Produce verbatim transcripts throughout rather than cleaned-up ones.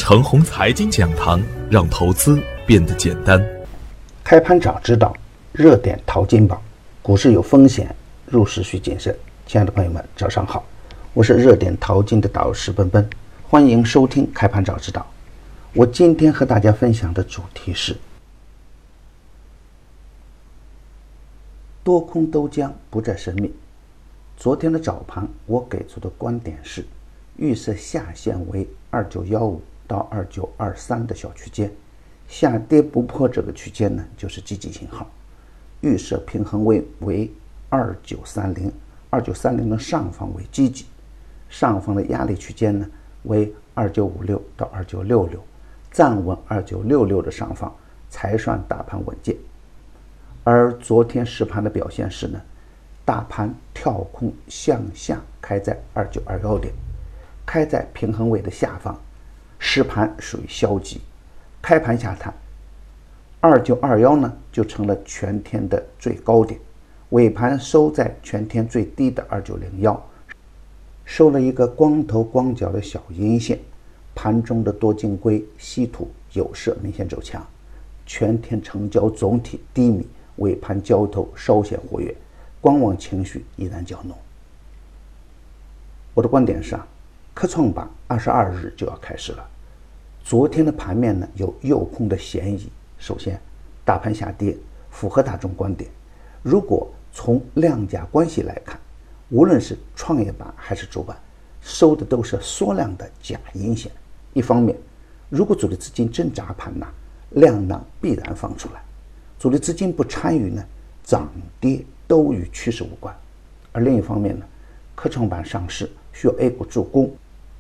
程红财经讲堂，让投资变得简单。 开盘早知道，热点淘金宝。股市有风险，入市需谨慎。亲爱的朋友们，早上好，我是热点淘金的导师奔奔，欢迎收听开盘早知道。我今天和大家分享的主题是多空都将不再神秘。昨天的早盘我给出的观点是，预设下限为二九一五到二九二三的小区间，下跌不破这个区间呢，就是积极信号。预设平衡位为二九三零，二九三零的上方为积极，上方的压力区间呢为二九五六到二九六六，站稳二九六六的上方才算大盘稳健。而昨天实盘的表现是呢，大盘跳空向下开在二九二一点，开在平衡位的下方，实盘属于消极。开盘下探二九二一呢，就成了全天的最高点，尾盘收在全天最低的二九零一，收了一个光头光脚的小阴线。盘中的多晶硅、稀土、有色明显走强，全天成交总体低迷，尾盘交投稍显活跃，观望情绪依然较浓。我的观点是啊，科创板二十二日就要开始了。昨天的盘面呢有诱空的嫌疑。首先，大盘下跌符合大众观点。如果从量价关系来看，无论是创业板还是主板，收的都是缩量的假阴线。一方面，如果主力资金真砸盘呢，量能必然放出来；主力资金不参与呢，涨跌都与趋势无关。而另一方面呢，科创板上市需要 A 股助攻，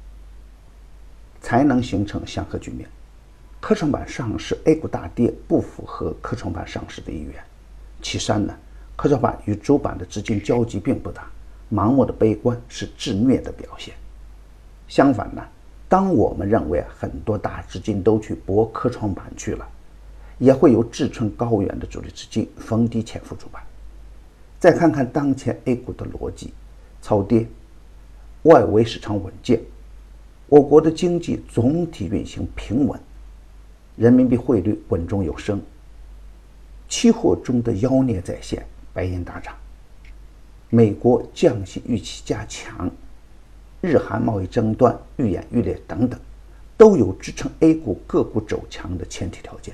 才能形成相合局面。科创板上市 A 股大跌不符合科创板上市的意愿。其三呢，科创板与主板的资金交集并不大，盲目的悲观是自虐的表现。相反呢，当我们认为很多大资金都去博科创板去了，也会有志存高远的主力资金逢低潜伏主板。再看看当前 A 股的逻辑，超跌，外围市场稳健，我国的经济总体运行平稳，人民币汇率稳中有升，期货中的妖孽再现，白银大涨，美国降息预期加强，日韩贸易争端愈演愈烈等等，都有支撑 A 股个股走强的前提条件。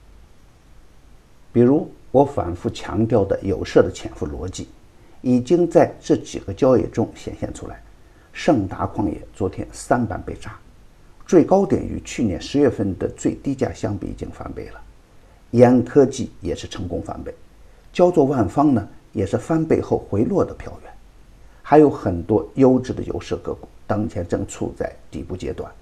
比如我反复强调的有色的潜伏逻辑，已经在这几个交易中显现出来。盛达矿业昨天三板被砸，最高点与去年十月份的最低价相比已经翻倍了。研科技也是成功翻倍，焦作万方呢也是翻倍后回落的票源，还有很多优质的有色个股当前正处在底部阶段。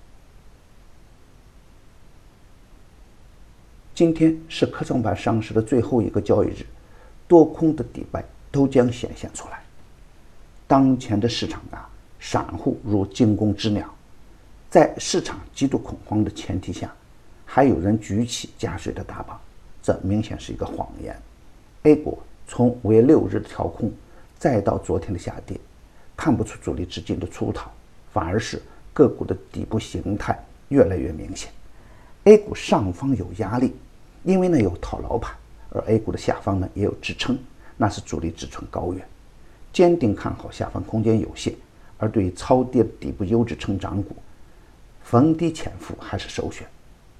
今天是科创板上市的最后一个交易日，多空的底败都将显现出来。当前的市场啊，散户如惊弓之鸟，在市场极度恐慌的前提下，还有人举起加税的大棒，这明显是一个谎言。A 股从五月六日的调空，再到昨天的下跌，看不出主力资金的出逃，反而是个股的底部形态越来越明显。A 股上方有压力，因为呢有套牢盘，而 A 股的下方呢也有支撑，那是主力志存高远，坚定看好下方空间有限。而对于超跌的底部优质成长股，逢低潜伏还是首选。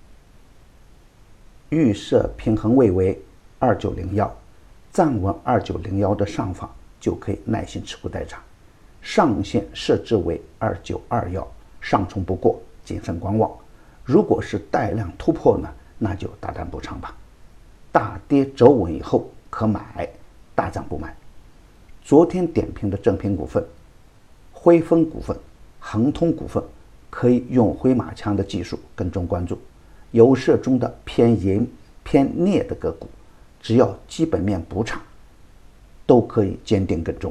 预设平衡位为二九零一，站稳二九零一的上方就可以耐心持股待涨，上限设置为二九二一，上冲不过谨慎观望。如果是带量突破呢，那就大胆补仓吧。大跌走稳以后可买，大涨不买。昨天点评的正品股份，辉丰股份、恒通股份，可以用回马枪的技术跟踪关注。有色中的偏银偏镍的个股，只要基本面补涨，都可以坚定跟踪。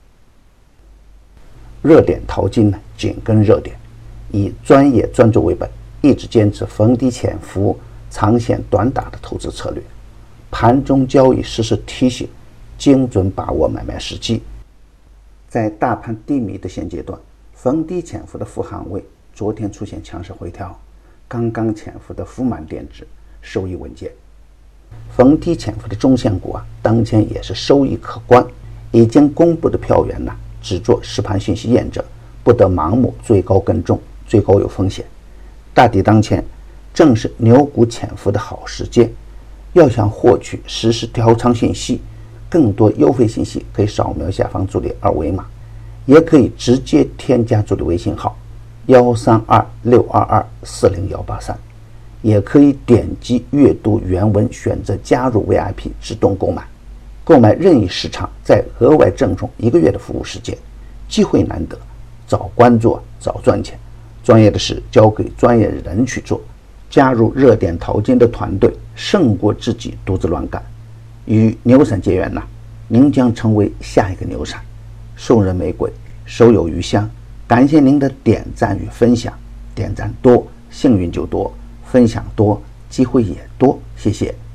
热点淘金呢，紧跟热点，以专业专注为本，一直坚持逢低潜伏、长线短打的投资策略。盘中交易实时提醒，精准把握买卖时机。在大盘低迷的现阶段，逢低潜伏的副行位昨天出现强势回调， 刚刚潜伏的富满电子收益稳健。逢低潜伏的中线股啊，当前也是收益可观。已经公布的票源呢，只做实盘信息验证，不得盲目追高跟踪，追高有风险。大敌当前，正是牛股潜伏的好时间。要想获取实时调仓信息，更多优惠信息可以扫描下方助理二维码，也可以直接添加助理微信号幺三二六二二四零幺八三，也可以点击阅读原文选择加入 V I P 自动购买。购买任意市场再额外赠送一个月的服务时间，机会难得，早关注早赚钱。专业的事交给专业人去做，加入热点淘金的团队，胜过自己独自乱干。与牛散结缘呢，您将成为下一个牛散。送人玫瑰，手有余香。感谢您的点赞与分享，点赞多幸运就多，分享多机会也多，谢谢。